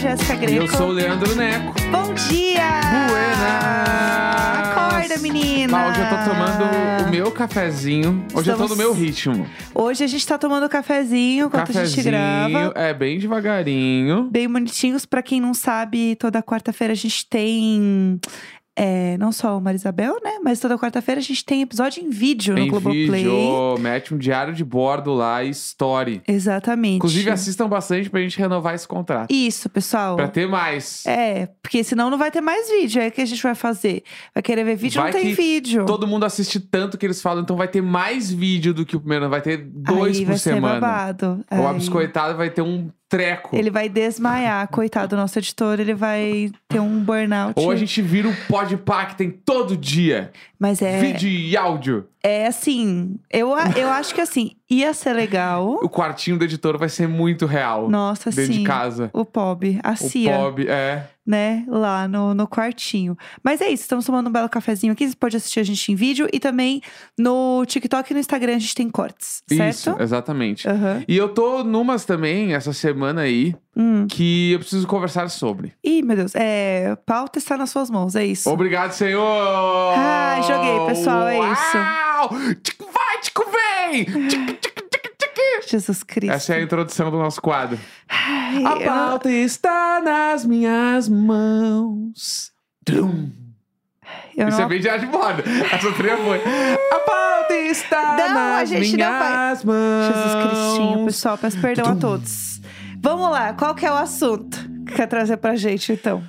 Jéssica Greco. E eu sou o Leandro Neco. Bom dia! Buenas! Acorda, menina! Hoje eu tô tomando o meu cafezinho. Hoje eu tô no meu ritmo. Hoje a gente tá tomando cafezinho enquanto a gente grava. É, bem devagarinho. Bem bonitinhos. Pra quem não sabe, toda quarta-feira a gente tem... não só o Marisabel, né? Mas toda quarta-feira a gente tem episódio em vídeo no Globoplay. Mete um diário de bordo lá e story. Exatamente. Inclusive, assistam bastante pra gente renovar esse contrato. Isso, pessoal. Pra ter mais. Porque senão não vai ter mais vídeo. Aí o que a gente vai fazer? Vai querer ver vídeo? Vai não tem que vídeo. Todo mundo assiste tanto que eles falam, então vai ter mais vídeo do que o primeiro. Vai ter 2 Aí por vai semana. Ser babado. O abiscoitado vai ter um treco. Ele vai desmaiar, coitado do nosso editor, ele vai ter um burnout. Ou a gente vira o Podpah que tem todo dia. Mas vídeo e áudio. É assim, eu acho que assim, ia ser legal. O quartinho do editor vai ser muito real. Nossa, dentro sim. de casa. O Pob, a Cia. O Pob, né, lá no quartinho. Mas é isso, estamos tomando um belo cafezinho aqui. Você pode assistir a gente em vídeo. E também no TikTok e no Instagram a gente tem cortes, certo? Isso, exatamente. Uhum. E eu tô numas também, essa semana aí, que eu preciso conversar sobre. Ih, meu Deus, pauta está nas suas mãos, é isso. Obrigado, Senhor! Joguei, pessoal, é isso. Tico vai, tico vem! Jesus Cristo. Essa é a introdução do nosso quadro. A pauta está nas minhas mãos. Isso é bem diário de bordo. Essa trilha foi. A pauta está nas minhas mãos. Jesus Cristinho, pessoal, peço perdão a todos. Vamos lá, qual que é o assunto que quer trazer pra gente, então?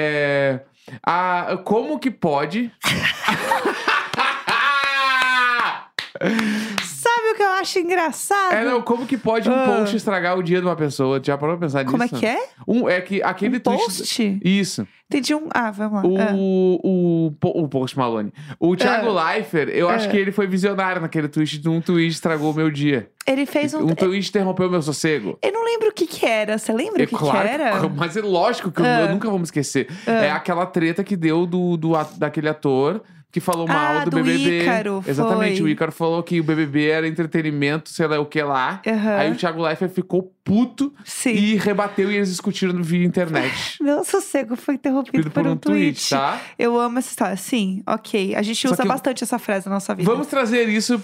Como que pode... Sabe o que eu acho engraçado? Como que pode um post estragar o dia de uma pessoa? Já parou pra pensar nisso? Como é que é? É que aquele tweet... post? Isso. Entendi vamos lá. O Post Malone. O Thiago Leifert, eu acho que ele foi visionário naquele tweet. Um tweet estragou o meu dia. Ele fez um tweet interrompeu o meu sossego. Eu não lembro o que era. Você lembra o que era? Mas é lógico que eu nunca vou me esquecer. É aquela treta que deu daquele ator... que falou mal do BBB. Ícaro, exatamente, foi. O Ícaro falou que o BBB era entretenimento, sei lá o que lá. Aí o Thiago Leifert ficou puto e rebateu e eles discutiram via internet. Meu sossego foi interrompido por um tweet. Tá? Eu amo essa história. Sim, ok. A gente usa bastante essa frase na nossa vida. Vamos trazer isso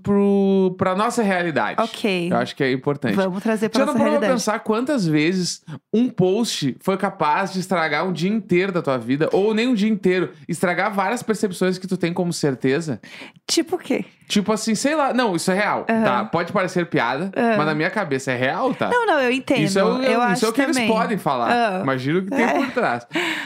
pra nossa realidade. Ok. Eu acho que é importante. Vamos trazer pra nossa realidade. Já não pensar quantas vezes um post foi capaz de estragar um dia inteiro da tua vida, ou nem um dia inteiro, estragar várias percepções que tu tem como certeza. Tipo o quê? Tipo assim, sei lá. Não, isso é real, tá? Pode parecer piada, mas na minha cabeça é real, tá? Não, eu entendo. Isso é o que também. eles podem falar. Imagina o que tem por trás.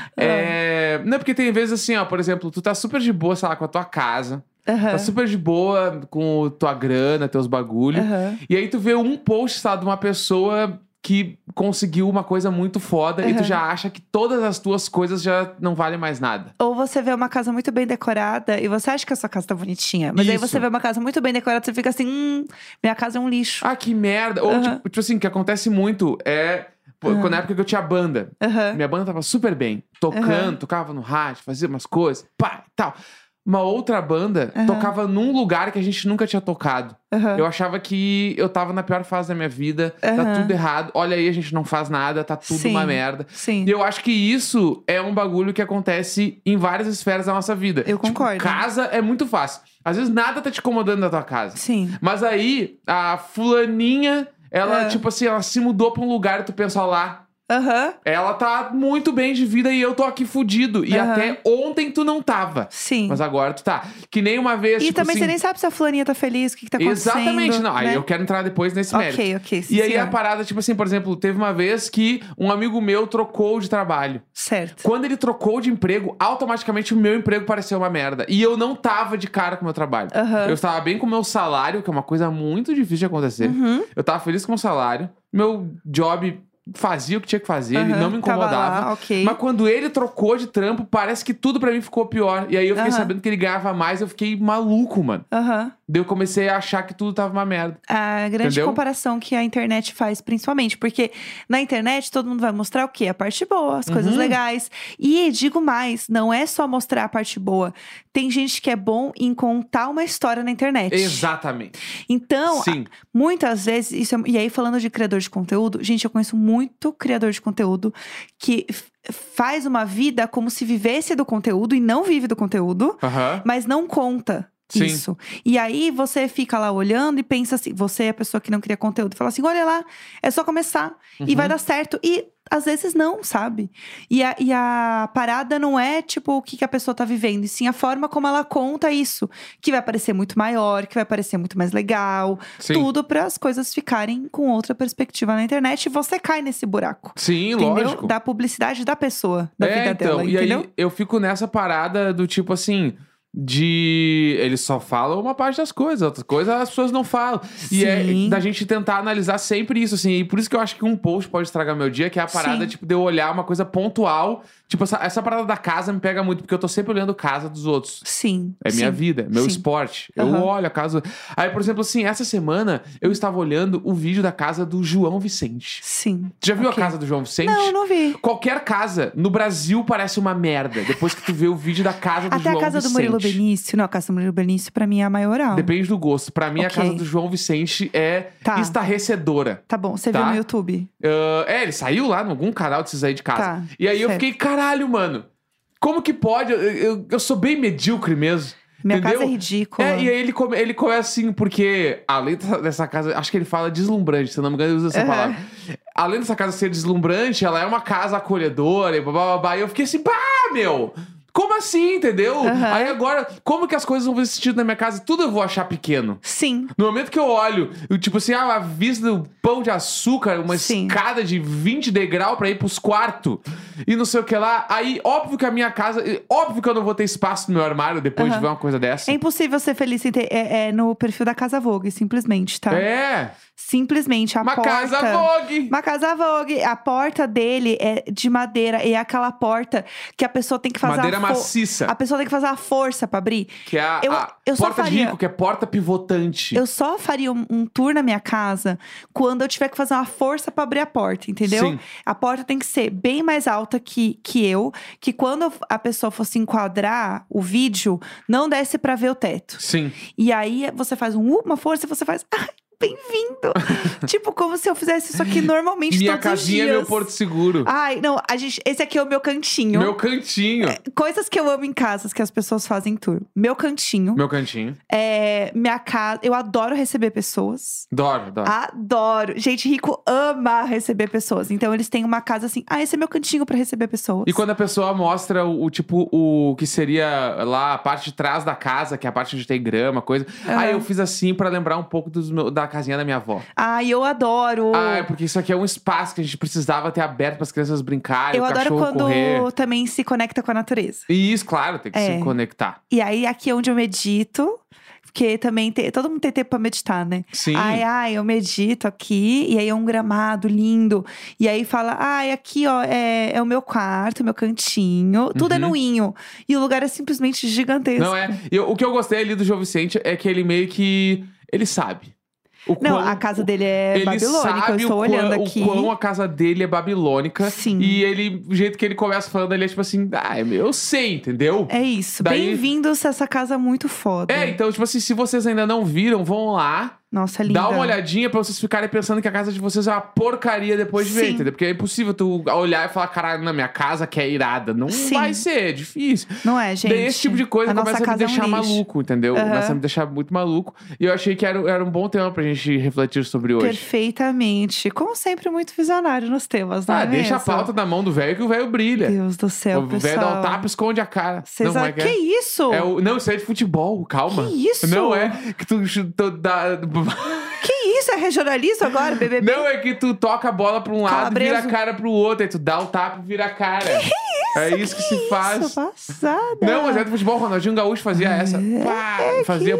Não, porque tem vezes assim, ó, por exemplo, tu tá super de boa, sei lá, com a tua casa. Tá super de boa com tua grana, teus bagulho. E aí tu vê um post, sabe, de uma pessoa que conseguiu uma coisa muito foda e tu já acha que todas as tuas coisas já não valem mais nada. Ou você vê uma casa muito bem decorada e você acha que a sua casa tá bonitinha. Mas aí você vê uma casa muito bem decorada e você fica assim, minha casa é um lixo. Ah, que merda. Ou tipo assim, o que acontece muito quando na época que eu tinha banda. Minha banda tava super bem. Tocando, tocava no rádio, fazia umas coisas, pá, e tal. Uma outra banda tocava num lugar que a gente nunca tinha tocado. Eu achava que eu tava na pior fase da minha vida. Tá tudo errado. Olha aí, a gente não faz nada. Tá tudo uma merda. Sim. E eu acho que isso é um bagulho que acontece em várias esferas da nossa vida. Eu concordo. Casa é muito fácil. Às vezes nada tá te incomodando na tua casa. Sim. Mas aí, a fulaninha, ela, tipo assim, ela se mudou pra um lugar e tu pensa, ó lá... Ela tá muito bem de vida e eu tô aqui fudido. E até ontem tu não tava. Sim. Mas agora tu tá. Que nem uma vez, E também assim, você nem sabe se a fulaninha tá feliz, o que tá acontecendo. Exatamente. Não, né? aí eu quero entrar depois nesse mérito. Ok. Sim, E aí senhor. a parada, tipo assim, por exemplo, teve uma vez que um amigo meu trocou de trabalho. Certo. Quando ele trocou de emprego, automaticamente o meu emprego pareceu uma merda. E eu não tava de cara com o meu trabalho. Eu estava bem com o meu salário, que é uma coisa muito difícil de acontecer. Eu tava feliz com o salário. Meu job fazia o que tinha que fazer, ele não me incomodava. Lá, ok. Mas quando ele trocou de trampo, parece que tudo pra mim ficou pior. E aí eu fiquei sabendo que ele ganhava mais, eu fiquei maluco, mano. Daí eu comecei a achar que tudo tava uma merda. A grande comparação que a internet faz, principalmente. Porque na internet todo mundo vai mostrar o quê? A parte boa, as coisas legais. E digo mais, não é só mostrar a parte boa. Tem gente que é bom em contar uma história na internet. Exatamente. Então, Sim. muitas vezes, e aí falando de criador de conteúdo, gente, eu conheço muito criador de conteúdo que faz uma vida como se vivesse do conteúdo e não vive do conteúdo, mas não conta. Sim. Isso. E aí você fica lá olhando e pensa assim, você é a pessoa que não cria conteúdo, fala assim, olha lá, é só começar e vai dar certo. E às vezes não, sabe? E a parada não é tipo o que a pessoa tá vivendo, e sim a forma como ela conta isso, que vai parecer muito maior, que vai parecer muito mais legal. Sim. Tudo para as coisas ficarem com outra perspectiva na internet, e você cai nesse buraco. Sim, entendeu? Lógico. Da publicidade da pessoa, da vida dela, e entendeu? Aí eu fico nessa parada do tipo assim, eles só falam uma parte das coisas, outras coisas as pessoas não falam. Sim. E é da gente tentar analisar sempre isso, assim. E por isso que eu acho que um post pode estragar meu dia, que é a parada, tipo, de eu olhar uma coisa pontual. Tipo, essa parada da casa me pega muito, porque eu tô sempre olhando a casa dos outros. Sim. É minha vida, meu esporte. Eu olho a casa. Aí, por exemplo, assim, essa semana eu estava olhando o vídeo da casa do João Vicente. Sim. Tu já viu a casa do João Vicente? Não vi. Qualquer casa no Brasil parece uma merda, depois que tu vê o vídeo da casa do João Vicente. Até a casa do Murilo Benício. Não, a casa do Murilo Benício pra mim é a maioral. Depende do gosto. Pra mim, a casa do João Vicente é estarrecedora. Tá bom, você viu no YouTube? Ele saiu lá em algum canal desses aí de casa. Tá, e aí eu fiquei, caralho, mano. Como que pode? Eu sou bem medíocre mesmo. Minha entendeu? casa é ridícula. E aí ele começa assim, porque além dessa casa, acho que ele fala deslumbrante, se eu não me engano, ele usa essa palavra. Além dessa casa ser deslumbrante, ela é uma casa acolhedora e blá. E eu fiquei assim, pá, meu! Como assim, entendeu? Aí agora, como que as coisas vão fazer sentido na minha casa? Tudo eu vou achar pequeno. Sim. No momento que eu olho, tipo assim, a vista do pão de açúcar, uma escada de 20 degraus pra ir pros quartos e não sei o que lá. Aí, óbvio que a minha casa... Óbvio que eu não vou ter espaço no meu armário depois de ver uma coisa dessa. É impossível ser feliz sem ter... no perfil da Casa Vogue, simplesmente, tá? Simplesmente, a porta... Uma Casa Vogue. A porta dele é de madeira. E é aquela porta que a pessoa tem que fazer... Madeira maciça. A pessoa tem que fazer a força pra abrir. Que é a porta de rico, que é porta pivotante. Eu só faria um tour na minha casa quando eu tiver que fazer uma força pra abrir a porta, entendeu? Sim. A porta tem que ser bem mais alta que eu. Que quando a pessoa fosse enquadrar o vídeo, não desse pra ver o teto. Sim. E aí, você faz uma força e você faz... Bem-vindo! Tipo, como se eu fizesse isso aqui normalmente Minha todos os dias. casinha é meu porto seguro. Ai, não, esse aqui é o meu cantinho. Meu cantinho. Coisas que eu amo em casas que as pessoas fazem tour. Meu cantinho. Meu cantinho. Minha casa. Eu adoro receber pessoas. Adoro. Gente, rico ama receber pessoas. Então, eles têm uma casa assim. Esse é meu cantinho pra receber pessoas. E quando a pessoa mostra o que seria lá a parte de trás da casa, que é a parte onde tem grama, coisa. Aí eu fiz assim pra lembrar um pouco da casinha da minha avó. Eu adoro. Porque isso aqui é um espaço que a gente precisava ter aberto para as crianças brincarem, eu o cachorro adoro quando correr. Também se conecta com a natureza. E isso, claro, tem que se conectar. E aí, aqui é onde eu medito. Porque também todo mundo tem tempo pra meditar, né? Sim. Eu medito aqui, e aí é um gramado lindo. E aí fala, aqui, ó, é o meu quarto, meu cantinho. Tudo é noinho. E o lugar é simplesmente gigantesco. Não é? O que eu gostei ali do João Vicente é que ele meio que... Ele sabe. A casa dele é babilônica, eu estou olhando aqui. O quão a casa dele é babilônica. Sim. E o jeito que ele começa falando ali é tipo assim, eu sei, entendeu? É isso. Bem-vindos a essa casa muito foda. Então, tipo assim, se vocês ainda não viram, vão lá. Nossa, linda. Dá uma olhadinha pra vocês ficarem pensando que a casa de vocês é uma porcaria depois de ver, entendeu? Porque é impossível tu olhar e falar, caralho, na minha casa que é irada. Não vai ser, é difícil. Não é, gente. Daí esse tipo de coisa começa a me deixar maluco, entendeu? Começa a me deixar muito maluco. E eu achei que era um bom tema pra gente refletir sobre hoje. Perfeitamente. Como sempre, muito visionário nos temas, não é deixa mesmo? a pauta na mão do velho que o velho brilha. Deus do céu, pessoal. O velho dá um tapa e esconde a cara. Que isso? Não, isso é de futebol, calma. Que isso? Não é que tu dá... Que isso? É regionalismo agora, BBB? Não, é que tu toca a bola pra um lado, vira a cara pro outro. Aí tu dá o tapa e vira a cara. Que isso? É isso que se faz. Isso, passada. Não, mas é do futebol. Ronaldinho Gaúcho fazia essa. Pá, fazia...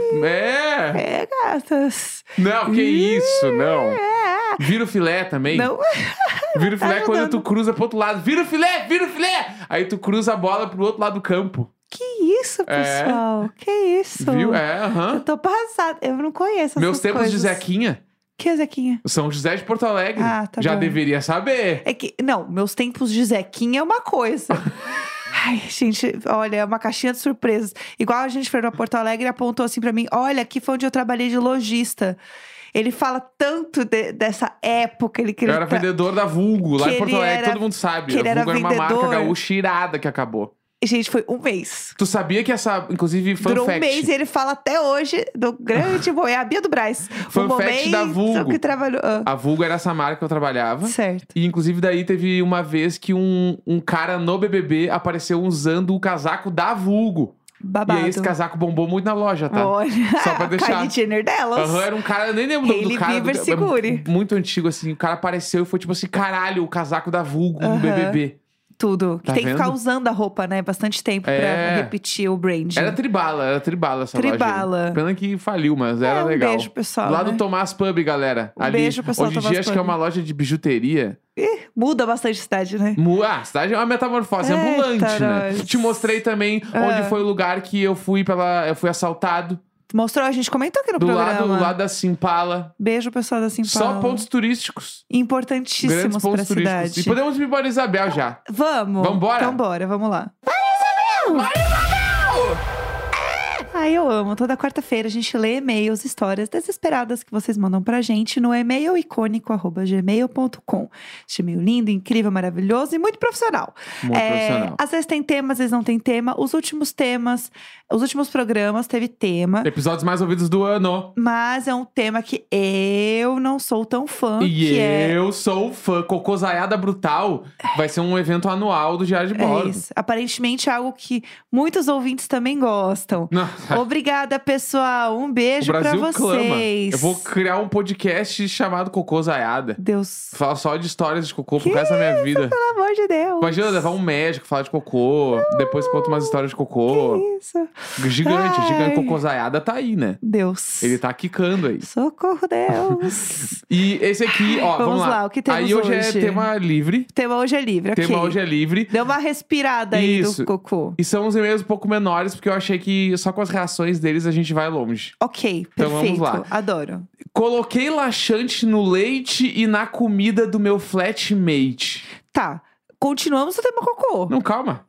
gatas. Não, que isso, não. Vira o filé também. Não. Vira o filé quando tu cruza pro outro lado. Vira o filé, vira o filé. Aí tu cruza a bola pro outro lado do campo. Que isso, pessoal? Que isso? Viu? Eu tô passada. Eu não conheço essas Meus tempos coisas. de Zequinha. Que é Zequinha? São José de Porto Alegre. Tá Já bom. deveria saber. Não, meus tempos de Zequinha é uma coisa. Ai, gente, olha, é uma caixinha de surpresas. Igual a gente foi pra Porto Alegre e apontou assim pra mim: olha, aqui foi onde eu trabalhei de lojista. Ele fala tanto dessa época. Eu era vendedor da Vulgo, lá em Porto Alegre, todo mundo sabe. A Vulgo era uma marca gaúcha irada que acabou. Gente, foi um mês. Tu sabia que essa, inclusive, fun Durou fact... um mês e ele fala até hoje do grande... é a Bia do Brás. Fun fact da Vulgo. Que trabalhou... A Vulgo era essa marca que eu trabalhava. Certo. E, inclusive, daí teve uma vez que um cara no BBB apareceu usando o casaco da Vulgo. Babado. E aí esse casaco bombou muito na loja, tá? Olha, só pra deixar. Kylie Jenner delas. Era um cara, eu nem lembro o nome do cara. Bieber, segure. Muito antigo, assim. O cara apareceu e foi tipo assim, caralho, o casaco da Vulgo no BBB. Tudo. Tá Tem vendo? que ficar usando a roupa, né? Bastante tempo pra repetir o brand. Era tribala essa Tribala. loja. Pena que faliu, mas era legal. Um beijo, pessoal. Lá né? do Tomás Pub, galera. Um beijo, pessoal. Hoje em dia acho que é uma loja de bijuteria. Muda bastante a cidade, né? A cidade é uma metamorfose ambulante, né? Te mostrei também onde foi o lugar que eu fui assaltado. Mostrou, a gente comentou aqui no programa. Do lado da Simpala. Beijo, pessoal da Simpala. Só pontos turísticos. Importantíssimos pra cidade. E podemos ir para Isabel já. Vamos. Vambora? Então bora, vamos lá. Vai, Isabel! Vai, Isabel! Ai, eu amo. Toda quarta-feira a gente lê e-mails, histórias desesperadas que vocês mandam pra gente no emailicônico@gmail.com. Este e-mail lindo, incrível, maravilhoso e muito profissional. Muito profissional. Às vezes tem tema, às vezes não tem tema. Os últimos programas teve tema. Episódios mais ouvidos do ano. Mas é um tema que eu não sou tão fã. E eu sou fã. Cocôzaiada Brutal vai ser um evento anual do Diário de Bordo. É isso. Aparentemente é algo que muitos ouvintes também gostam. Obrigada, pessoal. Um beijo pra vocês. Clama. Eu vou criar um podcast chamado Cocôzaiada. Deus. Falar só de histórias de cocô pro resto da minha vida. Pelo amor de Deus. Imagina levar um médico falar de cocô. Depois conta umas histórias de cocô. Que isso? Gigante. Cocôzaiada tá aí, né? Deus. Ele tá quicando aí. Socorro, Deus. E esse aqui, ó, vamos lá. O que temos aí hoje é tema livre. Tema hoje é livre, ok. Tema hoje é livre. Deu uma respirada aí do cocô. E são uns e-mails um pouco menores, porque eu achei que só com as reações deles a gente vai longe. Ok, então, perfeito. Vamos lá. Adoro. Coloquei laxante no leite e na comida do meu flatmate. Tá, continuamos no tema cocô. Não, calma.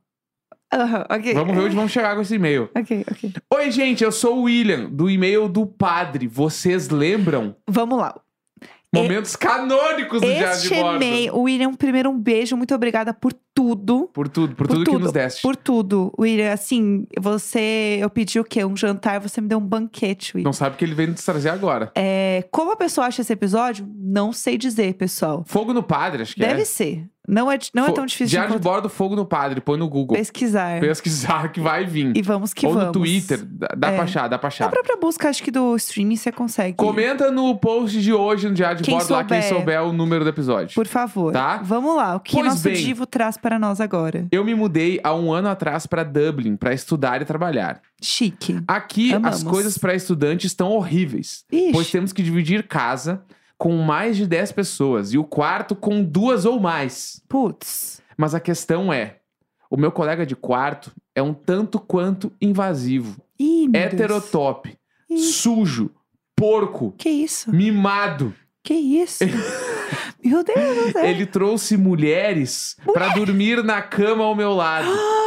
Ok. Vamos ver onde vamos chegar com esse e-mail. Ok. Oi, gente, eu sou o William, do e-mail do padre. Vocês lembram? Vamos lá. Momentos canônicos do Diário de Bordo. William, primeiro um beijo, muito obrigada por tudo. Por tudo que nos deste. Por tudo. William, assim, eu pedi o quê? Um jantar, você me deu um banquete, William. Não sabe que ele veio nos trazer agora. Como a pessoa acha esse episódio? Não sei dizer, pessoal. Fogo no Padre, acho que Deve ser. Não é tão difícil Diário de Bordo, Fogo no Padre. Põe no Google. Pesquisar que vai vir. E vamos que Ou vamos. Ou no Twitter. Dá pra achar. Na própria busca, acho que do streaming você consegue. Comenta no post de hoje no Diário de Bordo lá quem souber o número do episódio. Por favor. Tá? Vamos lá. O que nosso divo traz para nós agora? Eu me mudei há um ano atrás pra Dublin pra estudar e trabalhar. Chique. Aqui, as coisas pra estudantes estão horríveis. Ixi. Pois temos que dividir casa com mais de 10 pessoas e o quarto com 2 ou mais. Putz. Mas a questão é, o meu colega de quarto é um tanto quanto invasivo. Ih, meu heterotop, sujo, porco. Que isso? Mimado. Que isso? Meu Deus, Ele trouxe mulheres pra dormir na cama ao meu lado.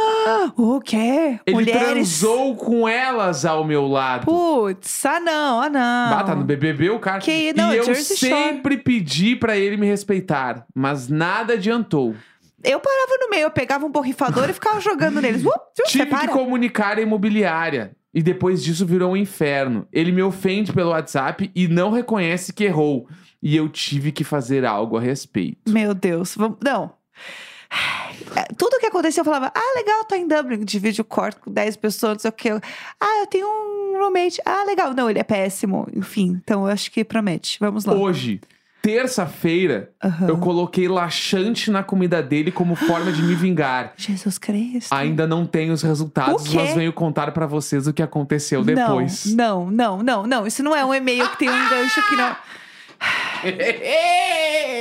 O quê? Ele Mulheres? transou com elas ao meu lado. Putz, não. Tá no BBB o cara. Não, e eu Jersey sempre pedi pra ele me respeitar, mas nada adiantou. Eu parava no meio, eu pegava um borrifador e ficava jogando neles. Tive que comunicar a imobiliária. E depois disso virou um inferno. Ele me ofende pelo WhatsApp e não reconhece que errou. E eu tive que fazer algo a respeito. Meu Deus. Não. Tudo que aconteceu, eu falava, legal, tô em Dublin, divide o quarto com 10 pessoas, não sei o que. Eu tenho um roommate. Legal. Não, ele é péssimo. Enfim, então eu acho que promete. Vamos lá. Hoje, terça-feira, eu coloquei laxante na comida dele como forma de me vingar. Jesus Cristo. Ainda não tenho os resultados, mas venho contar pra vocês o que aconteceu depois. Não. Isso não é um e-mail que tem um gancho que não...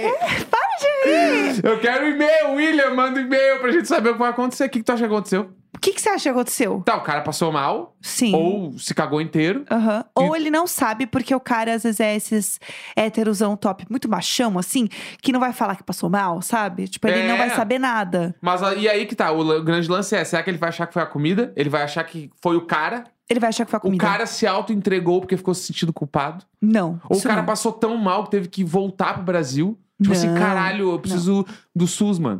Para de rir! Eu quero e-mail, William, manda e-mail pra gente saber o que vai acontecer. O que tu acha que aconteceu? O que você acha que aconteceu? Tá, o cara passou mal. Sim. Ou se cagou inteiro. Ou ele não sabe, porque o cara às vezes é esses héterosão top, muito machão, assim, que não vai falar que passou mal, sabe? Tipo, ele não vai saber nada. Mas e aí que tá, o grande lance será que ele vai achar que foi a comida? Ele vai achar que foi o cara? Ele vai achar que foi a comida. O cara se auto-entregou porque ficou se sentindo culpado? Não. Ou o cara passou tão mal que teve que voltar pro Brasil? Tipo assim, caralho, eu preciso do SUS, mano.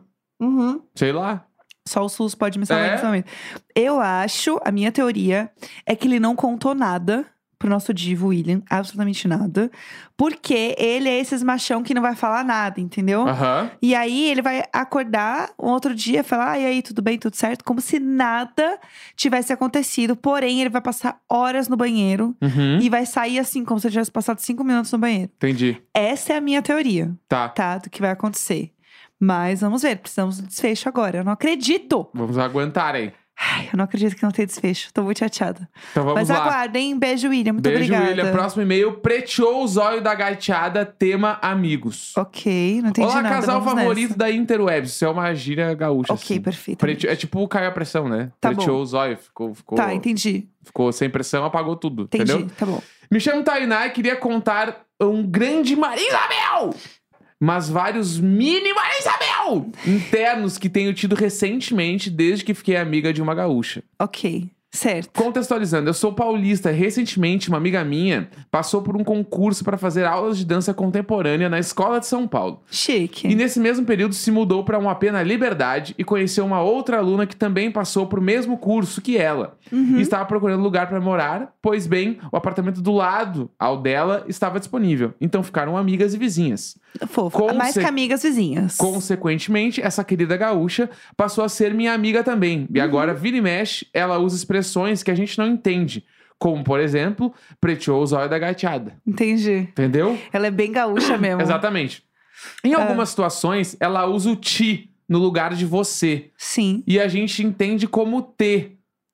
Sei lá. Só o SUS pode me salvar nesse momento. Eu acho, a minha teoria, é que ele não contou nada pro nosso divo William. Absolutamente nada. Porque ele é esses machão que não vai falar nada, entendeu? E aí, ele vai acordar um outro dia e falar, e aí, tudo bem, tudo certo? Como se nada tivesse acontecido. Porém, ele vai passar horas no banheiro. E vai sair assim, como se ele tivesse passado 5 minutos no banheiro. Entendi. Essa é a minha teoria. Tá? Do que vai acontecer. Mas vamos ver, precisamos do desfecho agora. Eu não acredito! Vamos aguentar aí. Ai, eu não acredito que não tem desfecho. Tô muito chateada. Então vamos lá. Mas aguardem. Beijo, William. Muito obrigada. Beijo, William. Próximo e-mail. Preteou o zóio da gaiteada, tema amigos. Ok, não entendi nada. nada. Olá, casal vamos favorito nessa. da Interwebs. Isso é uma gíria gaúcha. Ok, assim. perfeito. É tipo o Caiu a Pressão, né? Tá Preteou bom. o zóio. Ficou, Tá, entendi. Ficou sem pressão, apagou tudo. Entendi, entendeu? tá bom. Me chamo Tainá e queria contar um grande Marisabel! Mas vários mini Marisabel internos que tenho tido recentemente, desde que fiquei amiga de uma gaúcha. Ok, certo. Contextualizando, eu sou paulista. Recentemente, uma amiga minha passou por um concurso para fazer aulas de dança contemporânea na Escola de São Paulo. Chique. E nesse mesmo período se mudou para um AP na Liberdade e conheceu uma outra aluna que também passou por mesmo curso que ela. E estava procurando lugar para morar, pois bem, o apartamento do lado ao dela estava disponível. Então ficaram amigas e vizinhas. Fofo. Mais que amigas vizinhas. Consequentemente, essa querida gaúcha passou a ser minha amiga também. E agora, vira e mexe, ela usa expressões que a gente não entende. Como, por exemplo, preteou o zóio da gaiteada. Entendi. Entendeu? Ela é bem gaúcha mesmo. Exatamente. Em algumas situações, ela usa o ti no lugar de você. Sim. E a gente entende como te.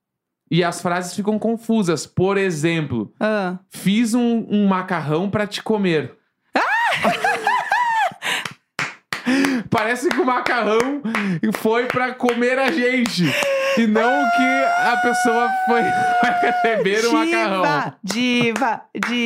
E as frases ficam confusas. Por exemplo, fiz um macarrão pra te comer. Parece que o macarrão foi pra comer a gente. E não que a pessoa foi receber o macarrão. Diva.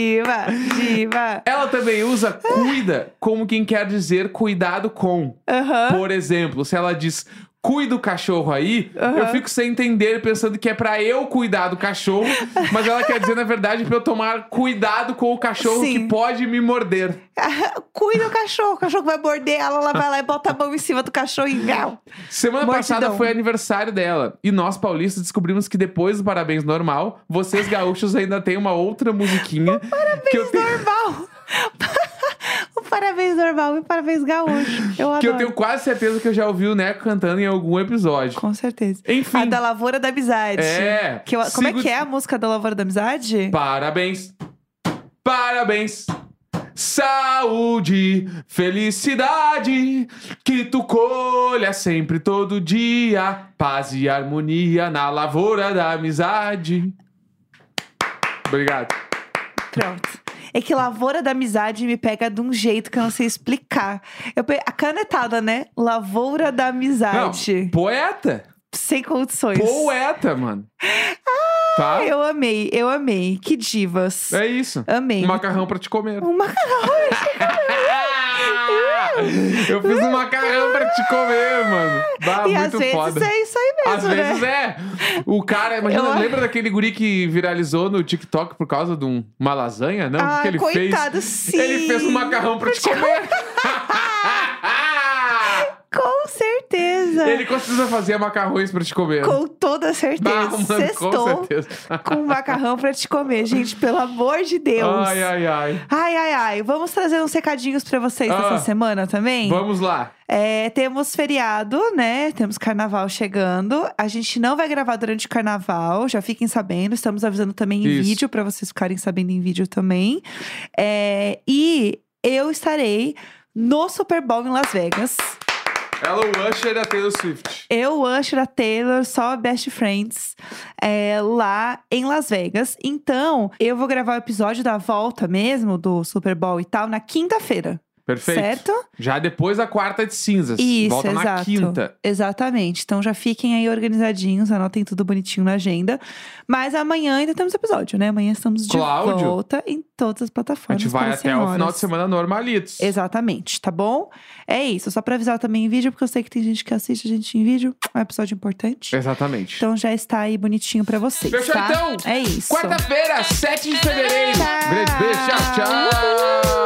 Ela também usa cuida como quem quer dizer cuidado com. Por exemplo, se ela diz cuida do cachorro aí, eu fico sem entender, pensando que é pra eu cuidar do cachorro, mas ela quer dizer, na verdade, pra eu tomar cuidado com o cachorro que pode me morder. Cuida do cachorro, o cachorro vai morder ela vai lá e bota a mão em cima do cachorro e Semana passada foi aniversário dela, e nós paulistas descobrimos que depois do Parabéns Normal, vocês gaúchos ainda tem uma outra musiquinha. Parabéns Normal! O Parabéns Normal e o Parabéns Gaúcho. Eu adoro. Que eu tenho quase certeza que eu já ouvi o Neco cantando em algum episódio. Com certeza. Enfim. A da Lavoura da Amizade. Como é que é a música da Lavoura da Amizade? Parabéns. Parabéns. Saúde, felicidade, que tu colha sempre todo dia, paz e harmonia na lavoura da amizade. Obrigado. Pronto. É que Lavoura da Amizade me pega de um jeito que eu não sei explicar. A canetada, né? Lavoura da Amizade. Não, poeta. Sem condições. Poeta, mano. Tá? Eu amei. Que divas. É isso. Amei. Um macarrão pra te comer. Um macarrão pra te comer. Eu fiz um macarrão pra te comer, mano. Bah, e muito às foda. vezes é isso aí mesmo, Às vezes é. O cara, imagina, lembra daquele guri que viralizou no TikTok por causa de uma lasanha? Não, o que ele coitado, fez? Sim. Ele fez um macarrão pra te comer. Com certeza. Ele precisa fazer macarrões pra te comer. Com toda certeza. Mano, Sextou com certeza. com macarrão pra te comer, gente. Pelo amor de Deus. Ai. Vamos trazer uns recadinhos pra vocês essa semana também? Vamos lá. Temos feriado, né? Temos carnaval chegando. A gente não vai gravar durante o carnaval, já fiquem sabendo. Estamos avisando também em vídeo, pra vocês ficarem sabendo em vídeo também. E eu estarei no Super Bowl em Las Vegas. Ela, o Usher e a Taylor Swift. Eu, o Usher, a Taylor, só best friends, lá em Las Vegas. Então, eu vou gravar o episódio da volta mesmo, do Super Bowl e tal, na quinta-feira. Perfeito. Certo? Já depois da quarta de cinzas. Isso, Volta exato. na quinta. Exatamente. Então já fiquem aí organizadinhos, anotem tudo bonitinho na agenda. Mas amanhã ainda temos episódio, né? Amanhã estamos de volta em todas as A plataformas. gente vai até o final de semana normalitos. Exatamente, tá bom? É isso, só pra avisar também em vídeo, porque eu sei que tem gente que assiste a gente em vídeo. É um episódio importante. Exatamente. Então já está aí bonitinho pra vocês, Fechou tá? então? É isso. Quarta-feira, 7 de fevereiro. Tchau. Grande beijo, tchau, tchau.